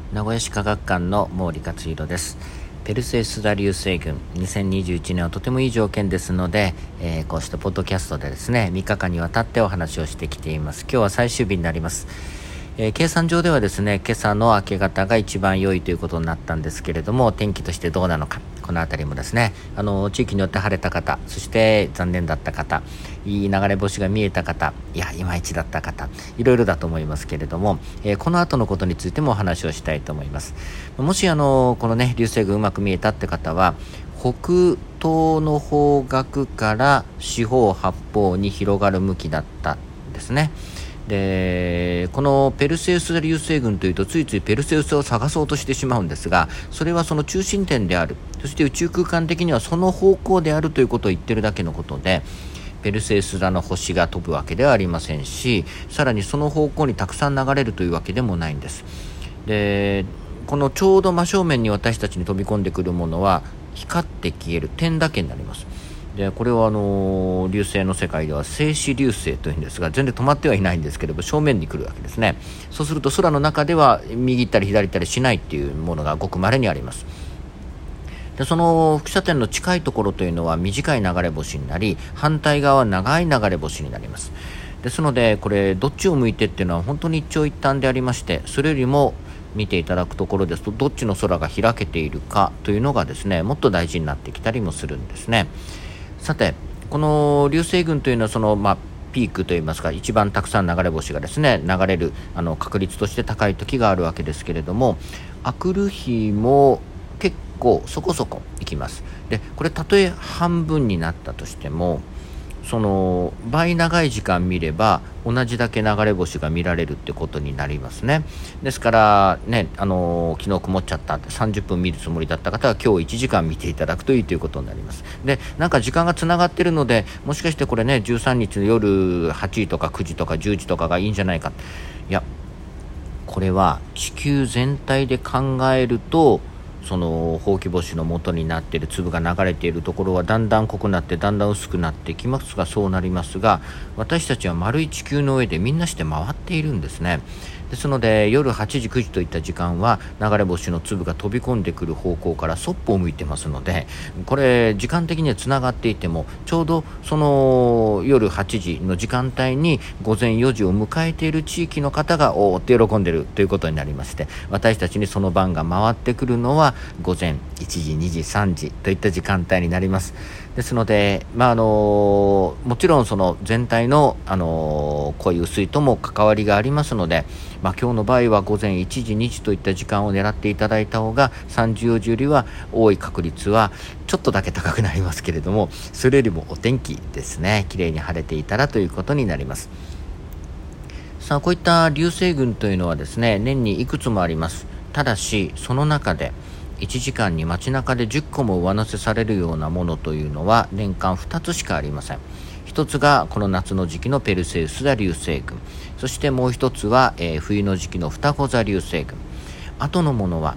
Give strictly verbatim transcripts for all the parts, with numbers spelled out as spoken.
名古屋市科学館の毛利克弘です。ペルセウス座流星群にせんにじゅういちねんはとてもいい条件ですので、えー、こうしたポッドキャストでですねみっかかんにわたってお話をしてきています。今日は最終日になります。えー、計算上ではですね今朝の明け方が一番良いということになったんですけれども、天気としてどうなのか、このあたりもですねあの地域によって晴れた方、そして残念だった方、いい流れ星が見えた方、いやいまいちだった方、いろいろだと思いますけれども、えー、この後のことについてもお話をしたいと思います。もしあのこのね流星群うまく見えたって方は、北東の方角から四方八方に広がる向きだったんですね。でこのペルセウス座流星群というとついついペルセウスを探そうとしてしまうんですが、それはその中心点である、そして宇宙空間的にはその方向であるということを言ってるだけのことで、ペルセウス座の星が飛ぶわけではありませんし、さらにその方向にたくさん流れるというわけでもないんです。でこのちょうど真正面に私たちに飛び込んでくるものは光って消える点だけになります。でこれはあの流星の世界では静止流星というんですが、全然止まってはいないんですけれど正面に来るわけですね。そうすると空の中では右行ったり左行ったりしないっていうものがごく稀にあります。でその輻射点の近いところというのは短い流れ星になり、反対側は長い流れ星になります。ですのでこれどっちを向いてっていうのは本当に一長一短でありまして、それよりも見ていただくところですとどっちの空が開けているかというのがですねもっと大事になってきたりもするんですね。さてこの流星群というのはその、まあ、ピークといいますか、一番たくさん流れ星がですね流れるあの確率として高い時があるわけですけれども、あくる日も結構そこそこいきます。でこれたとえ半分になったとしても、その倍長い時間見れば同じだけ流れ星が見られるってことになりますね。ですからね、あのー、昨日曇っちゃったってさんじゅっぷん見るつもりだった方は今日いちじかん見ていただくといいということになります。でなんか時間がつながってるので、もしかしてこれねじゅうさんにちの夜はちじとかくじとかじゅうじとかがいいんじゃないか。いやこれは地球全体で考えると、そのほうき星の元になっている粒が流れているところはだんだん濃くなってだんだん薄くなってきますが、そうなりますが、私たちは丸い地球の上でみんなして回っているんですね。ですので夜はちじくじといった時間は流れ星の粒が飛び込んでくる方向からそっぽを向いてますので、これ時間的にはつながっていてもちょうどその夜はちじの時間帯に午前よじを迎えている地域の方がおーって喜んでいるということになりまして、私たちにその番が回ってくるのは午前いちじにじさんじといった時間帯になります。ですので、まああのもちろんその全体の、あの濃い薄いとも関わりがありますので、まあ、今日の場合は午前いちじにじといった時間を狙っていただいた方がさんじよじよりは多い確率はちょっとだけ高くなりますけれども、それよりもお天気ですね、綺麗に晴れていたらということになります。さあこういった流星群というのはですね年にいくつもあります。ただしその中でいちじかんに街中でじゅっこも上乗せされるようなものというのは年間ふたつしかありません。一つがこの夏の時期のペルセウス座流星群、そしてもう一つは、えー、冬の時期の双子座流星群。あとのものは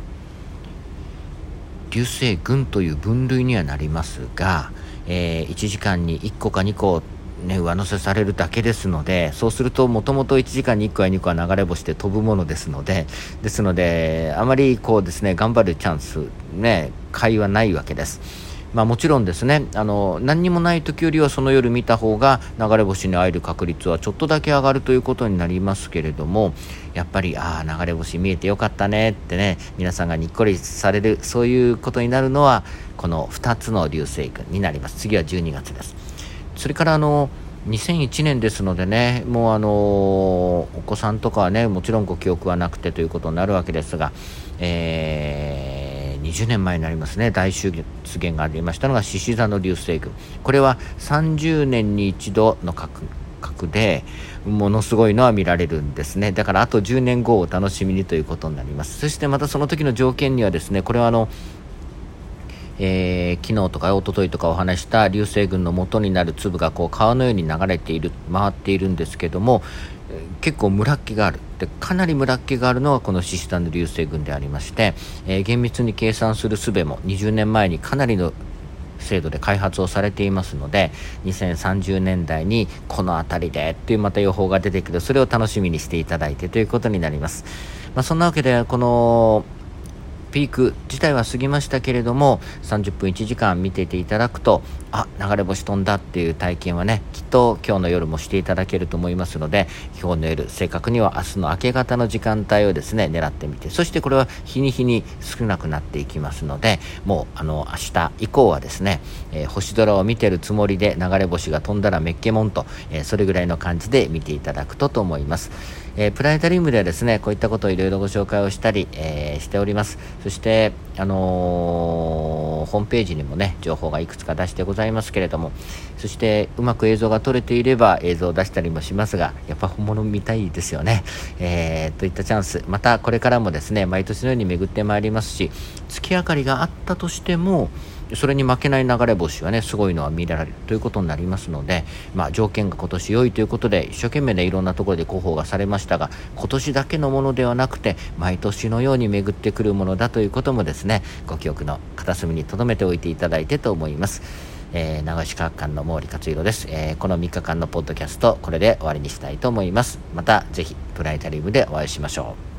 流星群という分類にはなりますが、えー、いちじかんにいっこかにこね、上乗せされるだけですので、そうするともともといちじかんにいっこやにこは流れ星で飛ぶものですのでですのであまりこうですね頑張るチャンスね会はないわけです。まあもちろんですねあの何にもない時よりはその夜見た方が流れ星に会える確率はちょっとだけ上がるということになりますけれども、やっぱりああ流れ星見えてよかったねってね皆さんがにっこりされる、そういうことになるのはこのふたつの流星群になります。次はじゅうにがつです。それからあのにせんいちねんですのでね、もうあのお子さんとかはねもちろんご記憶はなくてということになるわけですが、えー、にじゅうねんまえになりますね、大出現がありましたのが獅子座の流星群。これはさんじゅうねんに一度の角角でものすごいのは見られるんですね。だからあとじゅうねんごをお楽しみにということになります。そしてまたその時の条件にはですね、これはあのえー、昨日とか一昨日とかお話した流星群の元になる粒がこう川のように流れている回っているんですけども、えー、結構ムラっ気がある。でかなりムラっ気があるのはこの獅子座の流星群でありまして、えー、厳密に計算する術もにじゅうねんまえにかなりの精度で開発をされていますので、にせんさんじゅうねんだいにこの辺りでというまた予報が出てくる、それを楽しみにしていただいてということになります。 まあ、そんなわけでこのピーク自体は過ぎましたけれども、さんじゅっぷんいちじかん見ていていただくと、あ、流れ星飛んだっていう体験はね、きっと今日の夜もしていただけると思いますので、今日の夜、正確には明日の明け方の時間帯をですね狙ってみて、そしてこれは日に日に少なくなっていきますので、もうあの明日以降はですね、えー、星空を見てるつもりで流れ星が飛んだらめっけもんと、えー、それぐらいの感じで見ていただくとと思います。えー、プラネタリウムではですね、こういったことをいろいろご紹介をしたり、えー、しております。そして、あのー、ホームページにもね、情報がいくつか出してございますけれども、そしてうまく映像が撮れていれば映像を出したりもしますが、やっぱ本物見たいですよね。えー、といったチャンス、またこれからもですね、毎年のように巡ってまいりますし、月明かりがあったとしても、それに負けない流れ星はね、すごいのは見られるということになりますので、まあ、条件が今年良いということで一生懸命ね、いろんなところで広報がされましたが、今年だけのものではなくて毎年のように巡ってくるものだということもですね、ご記憶の片隅に留めておいていただいてと思います。えー、長石科学館の毛利克弘です。えー、このみっかかんのポッドキャスト、これで終わりにしたいと思います。またぜひプラネタリウムでお会いしましょう。